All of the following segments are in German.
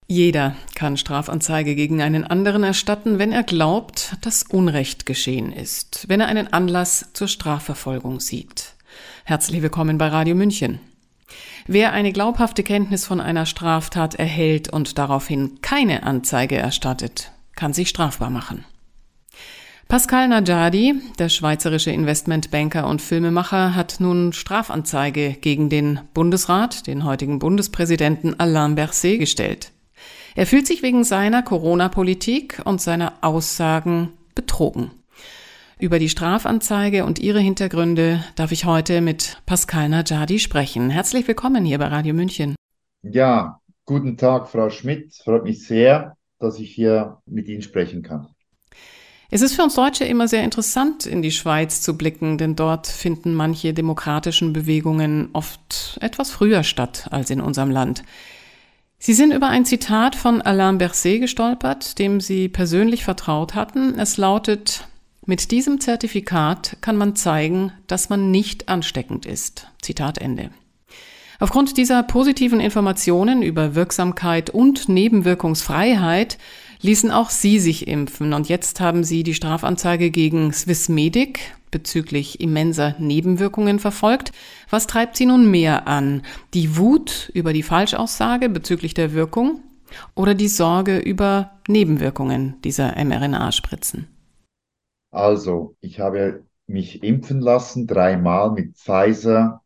Jeder kann Strafanzeige gegen einen anderen erstatten, wenn er glaubt, dass Unrecht geschehen ist, wenn er einen Anlass zur Strafverfolgung sieht. Herzlich willkommen bei Radio München. Wer eine glaubhafte Kenntnis von einer Straftat erhält und daraufhin keine Anzeige erstattet, kann sich strafbar machen. Pascal Nadjadi, der schweizerische Investmentbanker und Filmemacher, hat nun Strafanzeige gegen den Bundesrat, den heutigen Bundespräsidenten Alain Berset, gestellt. Er fühlt sich wegen seiner Corona-Politik und seiner Aussagen betrogen. Über die Strafanzeige und ihre Hintergründe darf ich heute mit Pascal Nadjadi sprechen. Herzlich willkommen hier bei Radio München. Ja, guten Tag, Frau Schmidt. Freut mich sehr, dass ich hier mit Ihnen sprechen kann. Es ist für uns Deutsche immer sehr interessant, in die Schweiz zu blicken, denn dort finden manche demokratischen Bewegungen oft etwas früher statt als in unserem Land. Sie sind über ein Zitat von Alain Berset gestolpert, dem Sie persönlich vertraut hatten. Es lautet: Mit diesem Zertifikat kann man zeigen, dass man nicht ansteckend ist. Zitat Ende. Aufgrund dieser positiven Informationen über Wirksamkeit und Nebenwirkungsfreiheit ließen auch Sie sich impfen. Und jetzt haben Sie die Strafanzeige gegen Swissmedic bezüglich immenser Nebenwirkungen verfolgt. Was treibt Sie nun mehr an? Die Wut über die Falschaussage bezüglich der Wirkung oder die Sorge über Nebenwirkungen dieser mRNA-Spritzen? Also, ich habe mich impfen lassen, 3-mal mit Pfizer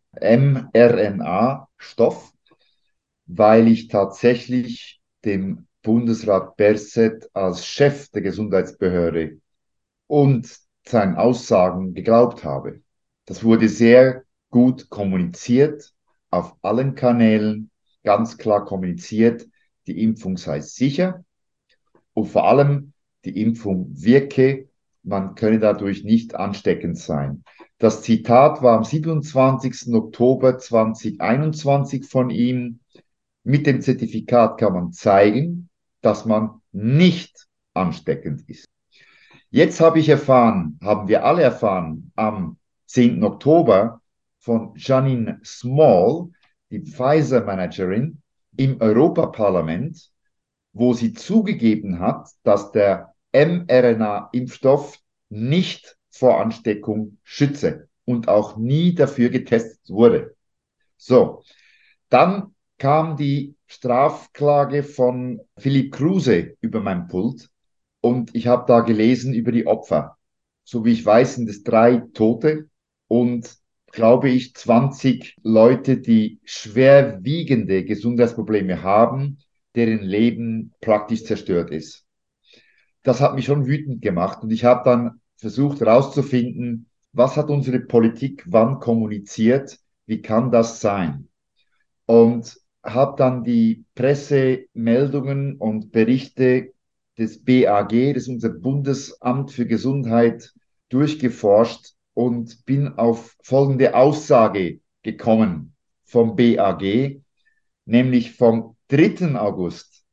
mRNA-Stoff, weil ich tatsächlich dem Bundesrat Berset als Chef der Gesundheitsbehörde und seinen Aussagen geglaubt habe. Das wurde sehr gut kommuniziert, auf allen Kanälen, ganz klar kommuniziert, die Impfung sei sicher und vor allem die Impfung wirke, man könne dadurch nicht ansteckend sein. Das Zitat war am 27. Oktober 2021 von ihm. Mit dem Zertifikat kann man zeigen, dass man nicht ansteckend ist. Jetzt habe ich erfahren, haben wir alle erfahren, am 10. Oktober von Janine Small, die Pfizer-Managerin im Europaparlament, wo sie zugegeben hat, dass der mRNA-Impfstoff nicht vor Ansteckung schütze und auch nie dafür getestet wurde. So, dann kam die Strafklage von Philipp Kruse über mein Pult und ich habe da gelesen über die Opfer. So wie ich weiß, sind es 3 Tote und, glaube ich, 20 Leute, die schwerwiegende Gesundheitsprobleme haben, deren Leben praktisch zerstört ist. Das hat mich schon wütend gemacht und ich habe dann versucht herauszufinden, was hat unsere Politik wann kommuniziert, wie kann das sein? Und habe dann die Pressemeldungen und Berichte des BAG, das ist unser Bundesamt für Gesundheit, durchgeforscht und bin auf folgende Aussage gekommen vom BAG, nämlich vom 3. August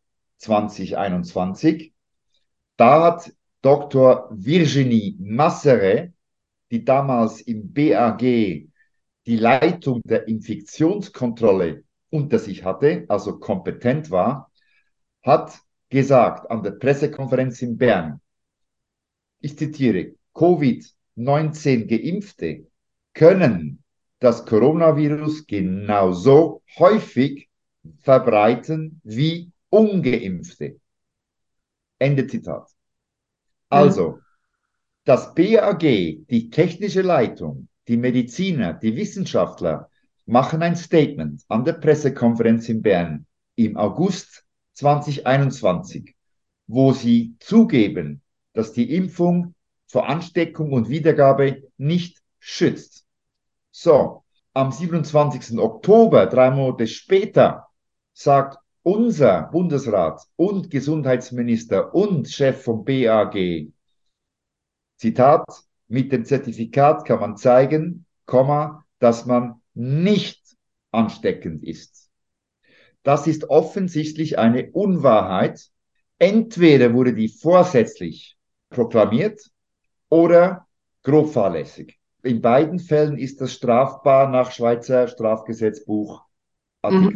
2021. Da hat Dr. Virginie Masseret, die damals im BAG die Leitung der Infektionskontrolle unter sich hatte, also kompetent war, hat gesagt an der Pressekonferenz in Bern, ich zitiere: Covid-19 Geimpfte können das Coronavirus genauso häufig verbreiten wie Ungeimpfte. Ende Zitat. Also, das BAG, die technische Leitung, die Mediziner, die Wissenschaftler machen ein Statement an der Pressekonferenz in Bern im August 2021, wo sie zugeben, dass die Impfung vor Ansteckung und Wiedergabe nicht schützt. So, am 27. Oktober, 3 Monate später, sagt unser Bundesrat und Gesundheitsminister und Chef vom BAG, Zitat: Mit dem Zertifikat kann man zeigen, dass man nicht ansteckend ist. Das ist offensichtlich eine Unwahrheit. Entweder wurde die vorsätzlich proklamiert oder grob fahrlässig. In beiden Fällen ist das strafbar nach Schweizer Strafgesetzbuch Mhm. Artikeln.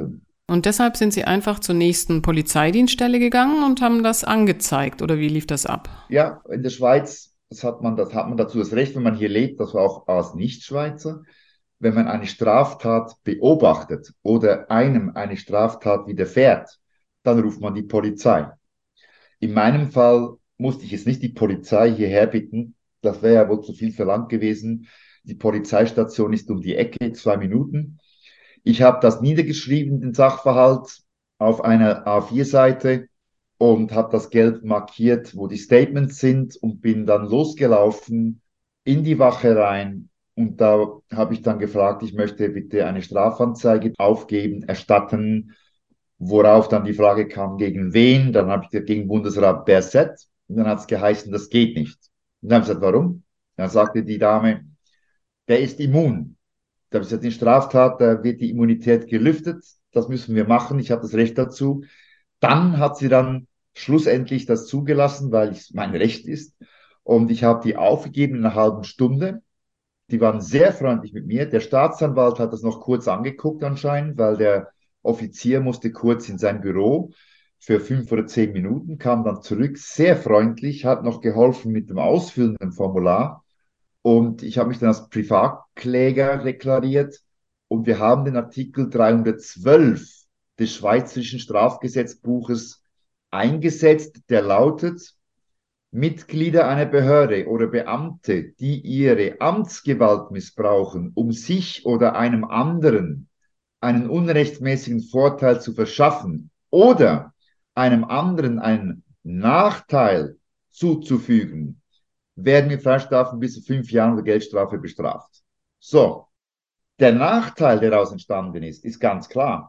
Und deshalb sind Sie einfach zur nächsten Polizeidienststelle gegangen und haben das angezeigt, oder wie lief das ab? Ja, in der Schweiz, das hat man dazu das Recht, wenn man hier lebt, das war auch als Nichtschweizer, wenn man eine Straftat beobachtet oder einem eine Straftat widerfährt, dann ruft man die Polizei. In meinem Fall musste ich jetzt nicht die Polizei hierher bitten, das wäre ja wohl zu viel verlangt gewesen. Die Polizeistation ist um die Ecke, 2 Minuten. Ich habe das niedergeschrieben, den Sachverhalt, auf einer A4-Seite und habe das gelb markiert, wo die Statements sind und bin dann losgelaufen in die Wache rein. Und da habe ich dann gefragt, ich möchte bitte eine Strafanzeige aufgeben, erstatten, worauf dann die Frage kam, gegen wen? Dann habe ich gesagt, gegen Bundesrat Berset. Und dann hat es geheißen, das geht nicht. Und dann habe ich gesagt, warum? Dann sagte die Dame, der ist immun. Da habe ich gesagt, in Straftat, da wird die Immunität gelüftet. Das müssen wir machen. Ich habe das Recht dazu. Dann hat sie dann schlussendlich das zugelassen, weil es mein Recht ist. Und ich habe die aufgegeben in einer halben Stunde. Die waren sehr freundlich mit mir. Der Staatsanwalt hat das noch kurz angeguckt anscheinend, weil der Offizier musste kurz in sein Büro für 5 oder 10 Minuten, kam dann zurück, sehr freundlich, hat noch geholfen mit dem Ausfüllen im Formular. Und ich habe mich dann als Privatkläger deklariert und wir haben den Artikel 312 des Schweizerischen Strafgesetzbuches eingesetzt, der lautet, Mitglieder einer Behörde oder Beamte, die ihre Amtsgewalt missbrauchen, um sich oder einem anderen einen unrechtmäßigen Vorteil zu verschaffen oder einem anderen einen Nachteil zuzufügen, werden mit Freistrafen bis zu 5 Jahren oder Geldstrafe bestraft. So, der Nachteil, der daraus entstanden ist ganz klar.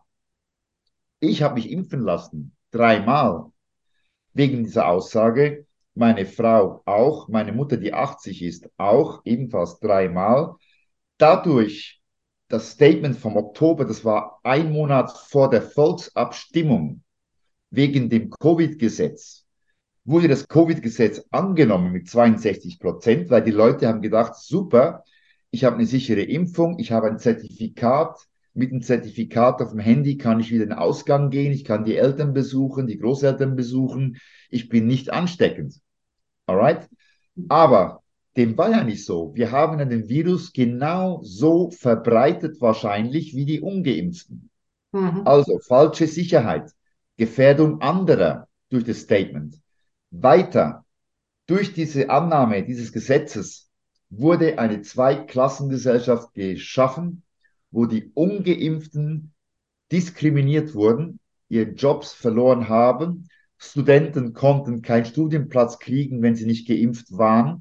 Ich habe mich impfen lassen, 3-mal, wegen dieser Aussage. Meine Frau auch, meine Mutter, die 80 ist, auch, ebenfalls 3-mal. Dadurch, das Statement vom Oktober, das war 1 Monat vor der Volksabstimmung wegen dem Covid-Gesetz, wurde das Covid-Gesetz angenommen mit 62%, weil die Leute haben gedacht, super, ich habe eine sichere Impfung, ich habe ein Zertifikat, mit dem Zertifikat auf dem Handy kann ich wieder in den Ausgang gehen, ich kann die Eltern besuchen, die Großeltern besuchen, ich bin nicht ansteckend. Alright? Aber dem war ja nicht so. Wir haben ja den Virus genau so verbreitet wahrscheinlich wie die Ungeimpften. Mhm. Also falsche Sicherheit, Gefährdung anderer durch das Statement. Weiter, durch diese Annahme dieses Gesetzes wurde eine Zweiklassengesellschaft geschaffen, wo die Ungeimpften diskriminiert wurden, ihre Jobs verloren haben. Studenten konnten keinen Studienplatz kriegen, wenn sie nicht geimpft waren.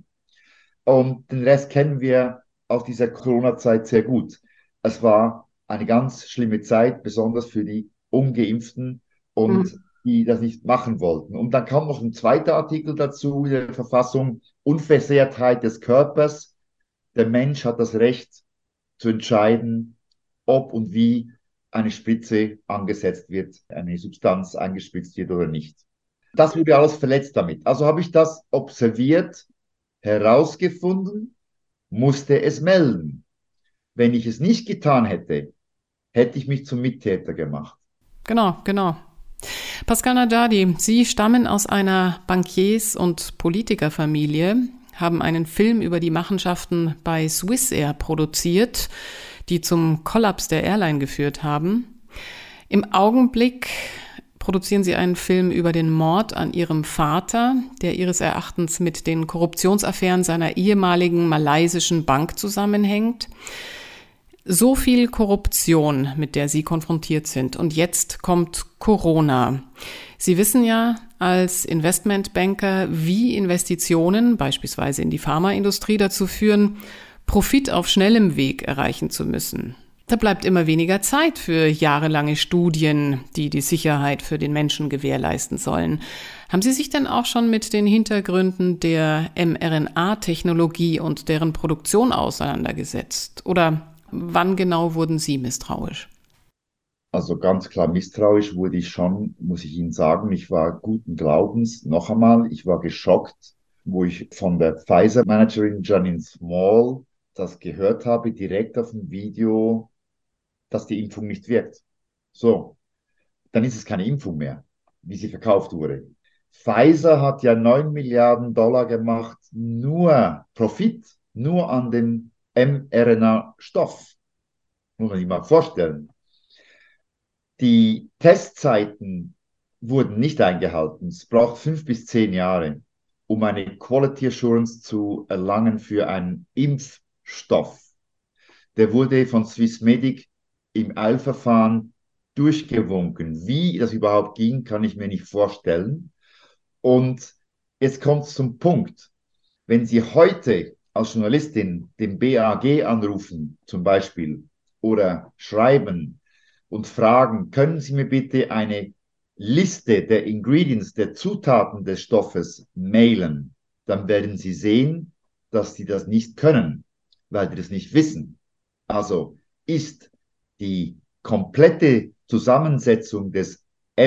Und den Rest kennen wir aus dieser Corona-Zeit sehr gut. Es war eine ganz schlimme Zeit, besonders für die Ungeimpften und Mhm. die das nicht machen wollten. Und dann kam noch ein zweiter Artikel dazu in der Verfassung, Unversehrtheit des Körpers. Der Mensch hat das Recht zu entscheiden, ob und wie eine Spritze angesetzt wird, eine Substanz eingespritzt wird oder nicht. Das wurde alles verletzt damit. Also habe ich das observiert, herausgefunden, musste es melden. Wenn ich es nicht getan hätte, hätte ich mich zum Mittäter gemacht. Genau, genau. Pascal Najadi, Sie stammen aus einer Bankiers- und Politikerfamilie, haben einen Film über die Machenschaften bei Swissair produziert, die zum Kollaps der Airline geführt haben. Im Augenblick produzieren Sie einen Film über den Mord an Ihrem Vater, der Ihres Erachtens mit den Korruptionsaffären seiner ehemaligen malaysischen Bank zusammenhängt. So viel Korruption, mit der Sie konfrontiert sind. Und jetzt kommt Corona. Sie wissen ja als Investmentbanker, wie Investitionen, beispielsweise in die Pharmaindustrie, dazu führen, Profit auf schnellem Weg erreichen zu müssen. Da bleibt immer weniger Zeit für jahrelange Studien, die die Sicherheit für den Menschen gewährleisten sollen. Haben Sie sich denn auch schon mit den Hintergründen der mRNA-Technologie und deren Produktion auseinandergesetzt? Oder wann genau wurden Sie misstrauisch? Also ganz klar misstrauisch wurde ich schon, muss ich Ihnen sagen. Ich war guten Glaubens. Noch einmal, ich war geschockt, wo ich von der Pfizer-Managerin Janine Small das gehört habe, direkt auf dem Video, dass die Impfung nicht wirkt. So. dann ist es keine Impfung mehr, wie sie verkauft wurde. Pfizer hat ja 9 Milliarden Dollar gemacht, nur Profit, nur an dem mRNA-Stoff. Muss man sich mal vorstellen. Die Testzeiten wurden nicht eingehalten. Es braucht 5 bis 10 Jahre, um eine Quality Assurance zu erlangen für einen Impfstoff. Der wurde von Swissmedic im Eilverfahren durchgewunken. Wie das überhaupt ging, kann ich mir nicht vorstellen. Und jetzt kommt es zum Punkt. Wenn Sie heute als Journalistin den BAG anrufen, zum Beispiel, oder schreiben und fragen, können Sie mir bitte eine Liste der Ingredients, der Zutaten des Stoffes mailen, dann werden Sie sehen, dass Sie das nicht können, weil Sie das nicht wissen. Also ist die komplette Zusammensetzung des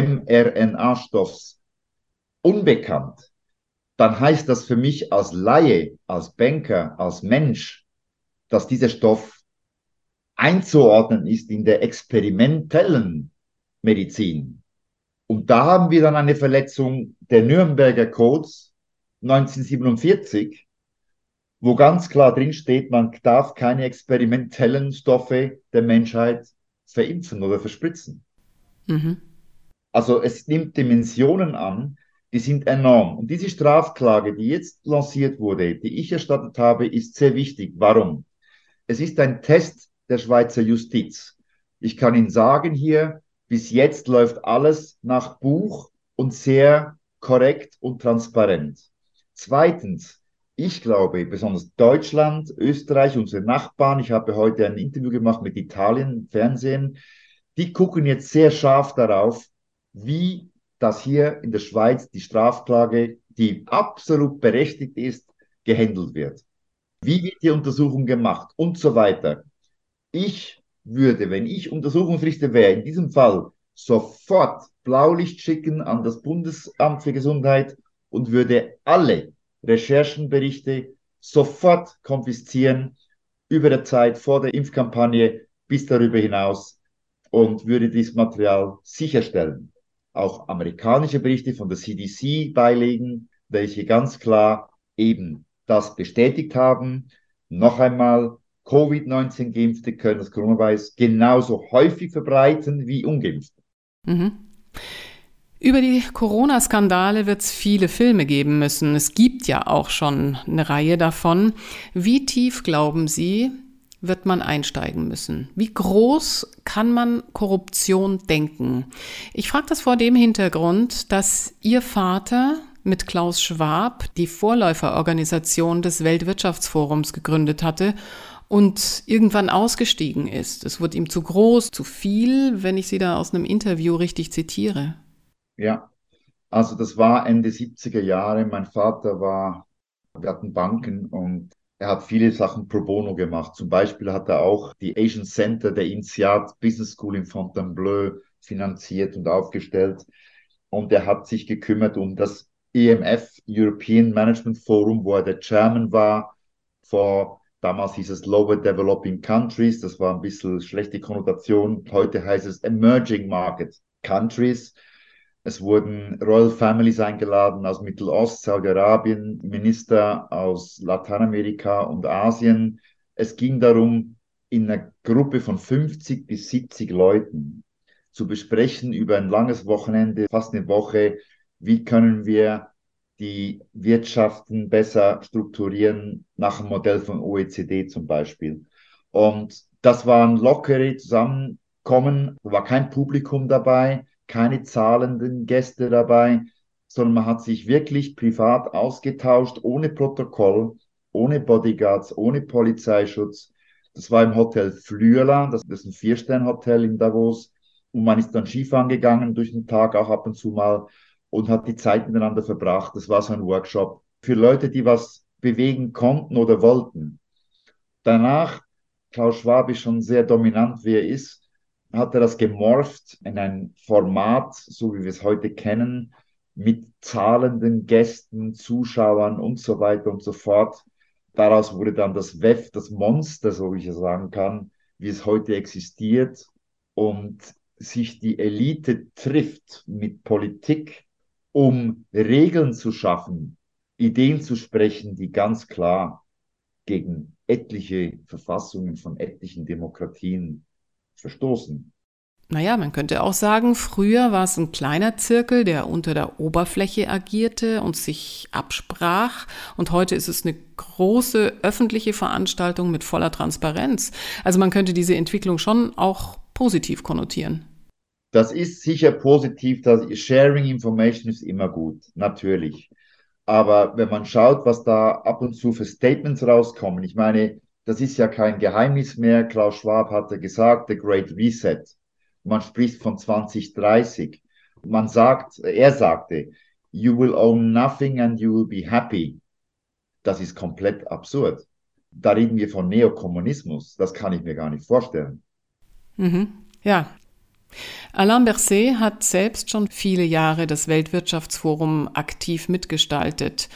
mRNA-Stoffs unbekannt, dann heißt das für mich als Laie, als Banker, als Mensch, dass dieser Stoff einzuordnen ist in der experimentellen Medizin. Und da haben wir dann eine Verletzung der Nürnberger Codes 1947, wo ganz klar drin steht, man darf keine experimentellen Stoffe der Menschheit verimpfen oder verspritzen. Mhm. Also es nimmt Dimensionen an, die sind enorm. Und diese Strafklage, die jetzt lanciert wurde, die ich erstattet habe, ist sehr wichtig. Warum? Es ist ein Test der Schweizer Justiz. Ich kann Ihnen sagen hier, bis jetzt läuft alles nach Buch und sehr korrekt und transparent. Zweitens, ich glaube, besonders Deutschland, Österreich, unsere Nachbarn, ich habe heute ein Interview gemacht mit Italien, Fernsehen, die gucken jetzt sehr scharf darauf, wie das hier in der Schweiz die Strafklage, die absolut berechtigt ist, gehandelt wird. Wie wird die Untersuchung gemacht und so weiter. Ich würde, wenn ich Untersuchungsrichter wäre, in diesem Fall sofort Blaulicht schicken an das Bundesamt für Gesundheit und würde alle Recherchenberichte sofort konfiszieren über der Zeit vor der Impfkampagne bis darüber hinaus und würde dieses Material sicherstellen. Auch amerikanische Berichte von der CDC beilegen, welche ganz klar eben das bestätigt haben. Noch einmal, Covid-19-Geimpfte können das Coronavirus genauso häufig verbreiten wie Ungeimpfte. Mhm. Über die Corona-Skandale wird es viele Filme geben müssen. Es gibt ja auch schon eine Reihe davon. Wie tief, glauben Sie, wird man einsteigen müssen? Wie groß kann man Korruption denken? Ich frage das vor dem Hintergrund, dass Ihr Vater mit Klaus Schwab die Vorläuferorganisation des Weltwirtschaftsforums gegründet hatte und irgendwann ausgestiegen ist. Es wurde ihm zu groß, zu viel, wenn ich Sie da aus einem Interview richtig zitiere. Ja, also das war Ende 70er Jahre. Mein Vater wir hatten Banken und er hat viele Sachen pro bono gemacht. Zum Beispiel hat er auch die Asian Center der INSEAD Business School in Fontainebleau finanziert und aufgestellt. Und er hat sich gekümmert um das EMF, European Management Forum, wo er der Chairman war, damals hieß es Lower Developing Countries, das war ein bisschen schlechte Konnotation. Heute heißt es Emerging Market Countries. Es wurden Royal Families eingeladen aus Mittelost, Saudi-Arabien, Minister aus Lateinamerika und Asien. Es ging darum, in einer Gruppe von 50 bis 70 Leuten zu besprechen über ein langes Wochenende, fast eine Woche, wie können wir die Wirtschaften besser strukturieren, nach dem Modell von OECD zum Beispiel. Und das waren lockere Zusammenkommen, da war kein Publikum dabei, keine zahlenden Gäste dabei, sondern man hat sich wirklich privat ausgetauscht, ohne Protokoll, ohne Bodyguards, ohne Polizeischutz. Das war im Hotel Flüela, das ist ein Vier-Sterne-Hotel in Davos. Und man ist dann Skifahren gegangen durch den Tag auch ab und zu mal und hat die Zeit miteinander verbracht. Das war so ein Workshop für Leute, die was bewegen konnten oder wollten. Danach, Klaus Schwab ist schon sehr dominant, wie er ist, hat er das gemorpht in ein Format, so wie wir es heute kennen, mit zahlenden Gästen, Zuschauern und so weiter und so fort. Daraus wurde dann das WEF, das Monster, so wie ich es sagen kann, wie es heute existiert. Und sich die Elite trifft mit Politik, um Regeln zu schaffen, Ideen zu sprechen, die ganz klar gegen etliche Verfassungen von etlichen Demokratien verstoßen. Naja, man könnte auch sagen, früher war es ein kleiner Zirkel, der unter der Oberfläche agierte und sich absprach. Und heute ist es eine große öffentliche Veranstaltung mit voller Transparenz. Also man könnte diese Entwicklung schon auch positiv konnotieren. Das ist sicher positiv, dass Sharing Information ist immer gut, natürlich. Aber wenn man schaut, was da ab und zu für Statements rauskommen, ich meine, das ist ja kein Geheimnis mehr. Klaus Schwab hatte gesagt, the Great Reset. Man spricht von 2030. Er sagte, you will own nothing and you will be happy. Das ist komplett absurd. Da reden wir von Neokommunismus. Das kann ich mir gar nicht vorstellen. Mhm. Ja. Alain Berset hat selbst schon viele Jahre das Weltwirtschaftsforum aktiv mitgestaltet.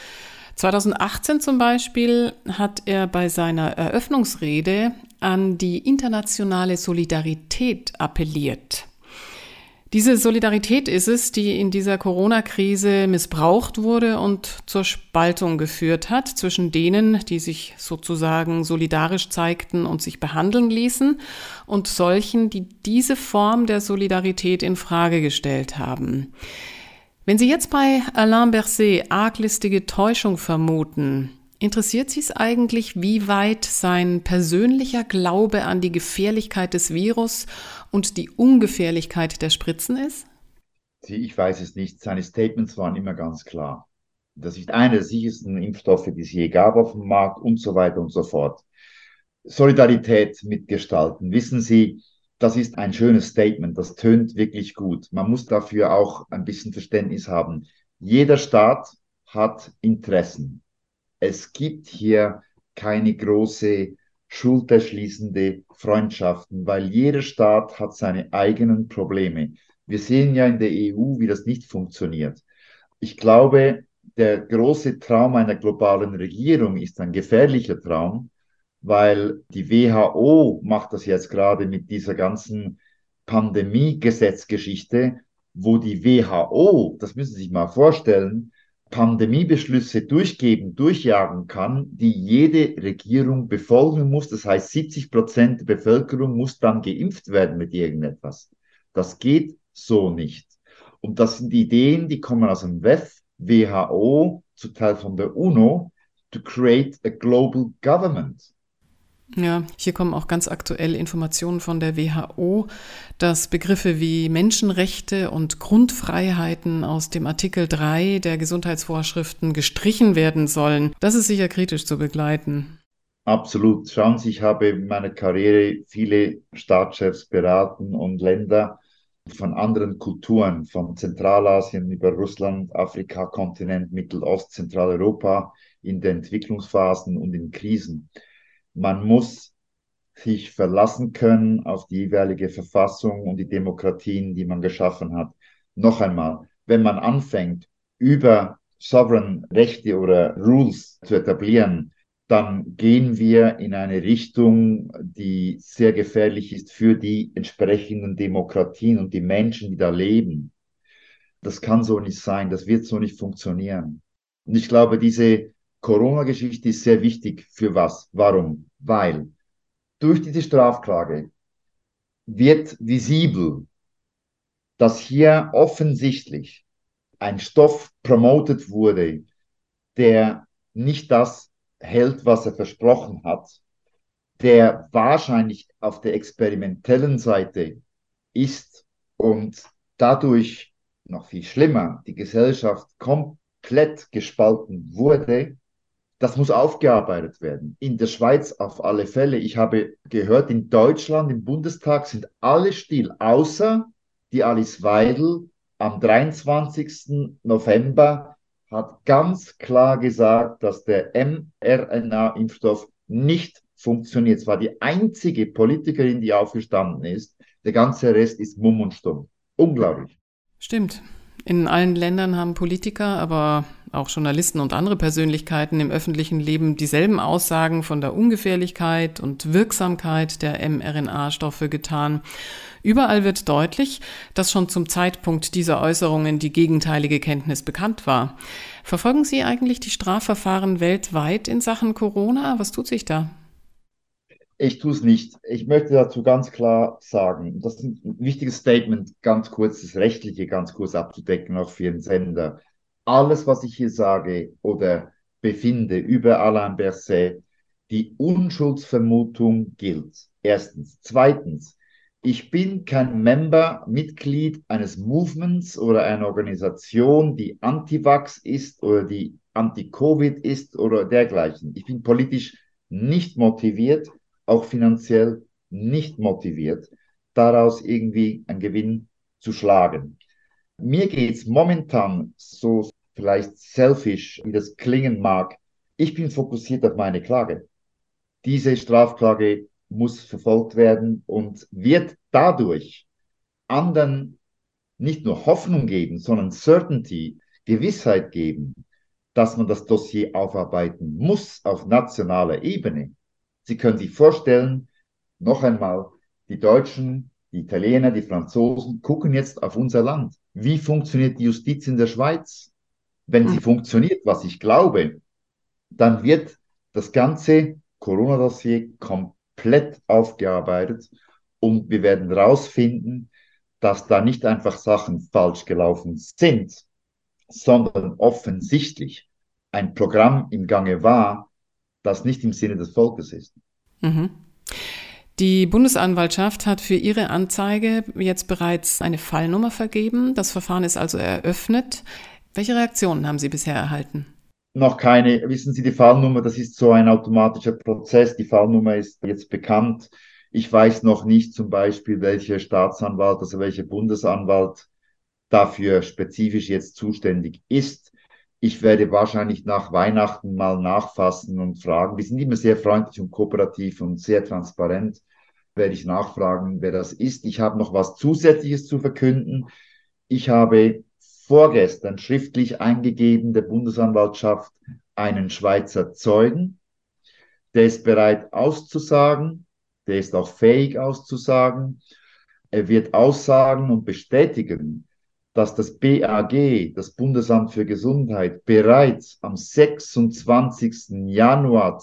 2018 zum Beispiel hat er bei seiner Eröffnungsrede an die internationale Solidarität appelliert. Diese Solidarität ist es, die in dieser Corona-Krise missbraucht wurde und zur Spaltung geführt hat zwischen denen, die sich sozusagen solidarisch zeigten und sich behandeln ließen, und solchen, die diese Form der Solidarität in Frage gestellt haben. Wenn Sie jetzt bei Alain Berset arglistige Täuschung vermuten, interessiert Sie es eigentlich, wie weit sein persönlicher Glaube an die Gefährlichkeit des Virus und die Ungefährlichkeit der Spritzen ist? Ich weiß es nicht. Seine Statements waren immer ganz klar. Das ist einer der sichersten Impfstoffe, die es je gab auf dem Markt und so weiter und so fort. Solidarität mitgestalten. Wissen Sie, das ist ein schönes Statement. Das tönt wirklich gut. Man muss dafür auch ein bisschen Verständnis haben. Jeder Staat hat Interessen. Es gibt hier keine große schulterschließende Freundschaften, weil jeder Staat hat seine eigenen Probleme. Wir sehen ja in der EU, wie das nicht funktioniert. Ich glaube, der große Traum einer globalen Regierung ist ein gefährlicher Traum, weil die WHO macht das jetzt gerade mit dieser ganzen Pandemie-Gesetzgeschichte, wo die WHO, das müssen Sie sich mal vorstellen, Pandemiebeschlüsse durchgeben, durchjagen kann, die jede Regierung befolgen muss. Das heißt, 70% der Bevölkerung muss dann geimpft werden mit irgendetwas. Das geht so nicht. Und das sind Ideen, die kommen aus dem WEF, WHO, zum Teil von der UNO, to create a global government. Ja, hier kommen auch ganz aktuell Informationen von der WHO, dass Begriffe wie Menschenrechte und Grundfreiheiten aus dem Artikel 3 der Gesundheitsvorschriften gestrichen werden sollen. Das ist sicher kritisch zu begleiten. Absolut. Schauen Sie, ich habe in meiner Karriere viele Staatschefs beraten und Länder von anderen Kulturen, von Zentralasien über Russland, Afrika, Kontinent, Mittelost, Zentraleuropa, in den Entwicklungsphasen und in Krisen. Man muss sich verlassen können auf die jeweilige Verfassung und die Demokratien, die man geschaffen hat. Noch einmal, wenn man anfängt, über Sovereign Rechte oder Rules zu etablieren, dann gehen wir in eine Richtung, die sehr gefährlich ist für die entsprechenden Demokratien und die Menschen, die da leben. Das kann so nicht sein, das wird so nicht funktionieren. Und ich glaube, diese Corona-Geschichte ist sehr wichtig. Für was? Warum? Weil durch diese Strafklage wird visibel, dass hier offensichtlich ein Stoff promotet wurde, der nicht das hält, was er versprochen hat, der wahrscheinlich auf der experimentellen Seite ist und dadurch noch viel schlimmer, die Gesellschaft komplett gespalten wurde. Das muss aufgearbeitet werden. In der Schweiz auf alle Fälle. Ich habe gehört, in Deutschland, im Bundestag sind alle still, außer die Alice Weidel am 23. November hat ganz klar gesagt, dass der mRNA-Impfstoff nicht funktioniert. Es war die einzige Politikerin, die aufgestanden ist. Der ganze Rest ist mumm und stumm. Unglaublich. Stimmt. In allen Ländern haben Politiker, aber auch Journalisten und andere Persönlichkeiten im öffentlichen Leben dieselben Aussagen von der Ungefährlichkeit und Wirksamkeit der mRNA-Stoffe getan. Überall wird deutlich, dass schon zum Zeitpunkt dieser Äußerungen die gegenteilige Kenntnis bekannt war. Verfolgen Sie eigentlich die Strafverfahren weltweit in Sachen Corona? Was tut sich da? Ich tue es nicht. Ich möchte dazu ganz klar sagen, das ist ein wichtiges Statement, ganz kurz, das Rechtliche ganz kurz abzudecken, auch für den Sender. Alles, was ich hier sage oder befinde über Alain Berset, die Unschuldsvermutung gilt. Erstens. Zweitens, ich bin kein Mitglied eines Movements oder einer Organisation, die anti-Vax ist oder die anti-Covid ist oder dergleichen. Ich bin politisch nicht motiviert, auch finanziell nicht motiviert, daraus irgendwie einen Gewinn zu schlagen. Mir geht es momentan so vielleicht selfish, wie das klingen mag. Ich bin fokussiert auf meine Klage. Diese Strafklage muss verfolgt werden und wird dadurch anderen nicht nur Hoffnung geben, sondern Certainty, Gewissheit geben, dass man das Dossier aufarbeiten muss auf nationaler Ebene. Sie können sich vorstellen, noch einmal, die Deutschen, die Italiener, die Franzosen gucken jetzt auf unser Land. Wie funktioniert die Justiz in der Schweiz? Wenn sie funktioniert, was ich glaube, dann wird das ganze Corona-Dossier komplett aufgearbeitet und wir werden herausfinden, dass da nicht einfach Sachen falsch gelaufen sind, sondern offensichtlich ein Programm im Gange war, das nicht im Sinne des Volkes ist. Mhm. Die Bundesanwaltschaft hat für ihre Anzeige jetzt bereits eine Fallnummer vergeben. Das Verfahren ist also eröffnet. Welche Reaktionen haben Sie bisher erhalten? Noch keine, wissen Sie, die Fallnummer, das ist so ein automatischer Prozess. Die Fallnummer ist jetzt bekannt. Ich weiß noch nicht zum Beispiel, welcher Staatsanwalt, also welcher Bundesanwalt dafür spezifisch jetzt zuständig ist. Ich werde wahrscheinlich nach Weihnachten mal nachfassen und fragen. Wir sind immer sehr freundlich und kooperativ und sehr transparent. Werde ich nachfragen, wer das ist. Ich habe noch was Zusätzliches zu verkünden. Ich habe vorgestern schriftlich eingegeben der Bundesanwaltschaft einen Schweizer Zeugen. Der ist bereit auszusagen. Der ist auch fähig auszusagen. Er wird aussagen und bestätigen, dass das BAG, das Bundesamt für Gesundheit, bereits am 26. Januar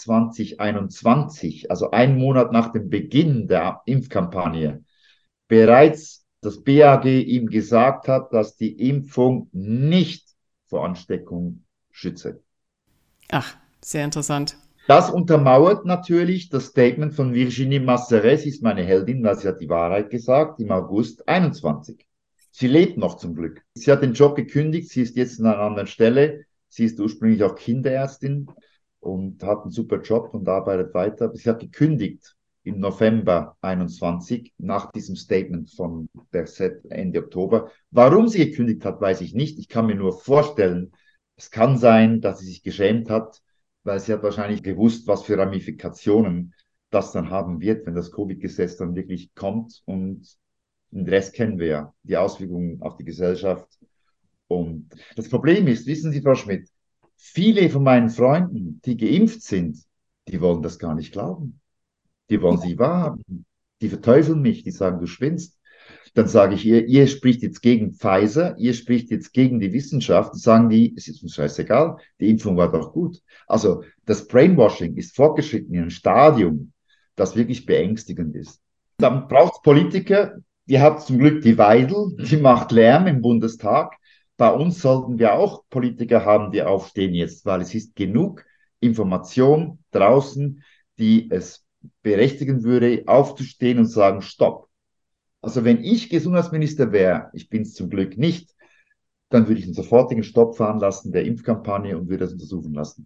2021, also einen Monat nach dem Beginn der Impfkampagne, bereits das BAG ihm gesagt hat, dass die Impfung nicht vor Ansteckung schütze. Ach, sehr interessant. Das untermauert natürlich das Statement von Virginie Masseret, sie ist meine Heldin, weil sie hat die Wahrheit gesagt, im August 21. Sie lebt noch zum Glück. Sie hat den Job gekündigt, sie ist jetzt an einer anderen Stelle. Sie ist ursprünglich auch Kinderärztin und hat einen super Job und arbeitet weiter. Sie hat gekündigt im November 21 nach diesem Statement von Berset Ende Oktober. Warum sie gekündigt hat, weiß ich nicht. Ich kann mir nur vorstellen, es kann sein, dass sie sich geschämt hat, weil sie hat wahrscheinlich gewusst, was für Ramifikationen das dann haben wird, wenn das Covid-Gesetz dann wirklich kommt. Und den Rest kennen wir ja, die Auswirkungen auf die Gesellschaft. Und das Problem ist, wissen Sie, Frau Schmidt, viele von meinen Freunden, die geimpft sind, die wollen das gar nicht glauben. Die wollen sie wahrhaben. Die verteufeln mich, die sagen, du spinnst. Dann sage ich, ihr spricht jetzt gegen Pfizer, ihr spricht jetzt gegen die Wissenschaft, sagen die, es ist uns scheißegal, die Impfung war doch gut. Also das Brainwashing ist fortgeschritten in einem Stadium, das wirklich beängstigend ist. Dann braucht es Politiker, die hat zum Glück die Weidel, die macht Lärm im Bundestag. Bei uns sollten wir auch Politiker haben, die aufstehen jetzt, weil es ist genug Information draußen, die es berechtigen würde, aufzustehen und sagen, stopp. Also wenn ich Gesundheitsminister wäre, ich bin es zum Glück nicht, dann würde ich einen sofortigen Stopp fahren lassen der Impfkampagne und würde das untersuchen lassen.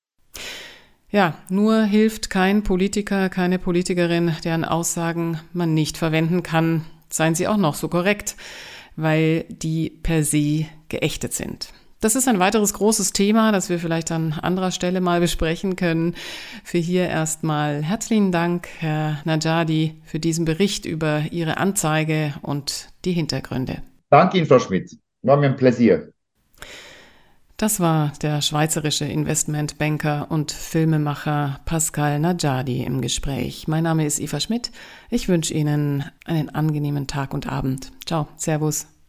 Ja, nur hilft kein Politiker, keine Politikerin, deren Aussagen man nicht verwenden kann, seien sie auch noch so korrekt, weil die per se geächtet sind. Das ist ein weiteres großes Thema, das wir vielleicht an anderer Stelle mal besprechen können. Für hier erstmal herzlichen Dank, Herr Najadi, für diesen Bericht über Ihre Anzeige und die Hintergründe. Danke Ihnen, Frau Schmidt. War mir ein Pläsier. Das war der schweizerische Investmentbanker und Filmemacher Pascal Nadjadi im Gespräch. Mein Name ist Eva Schmidt. Ich wünsche Ihnen einen angenehmen Tag und Abend. Ciao, Servus.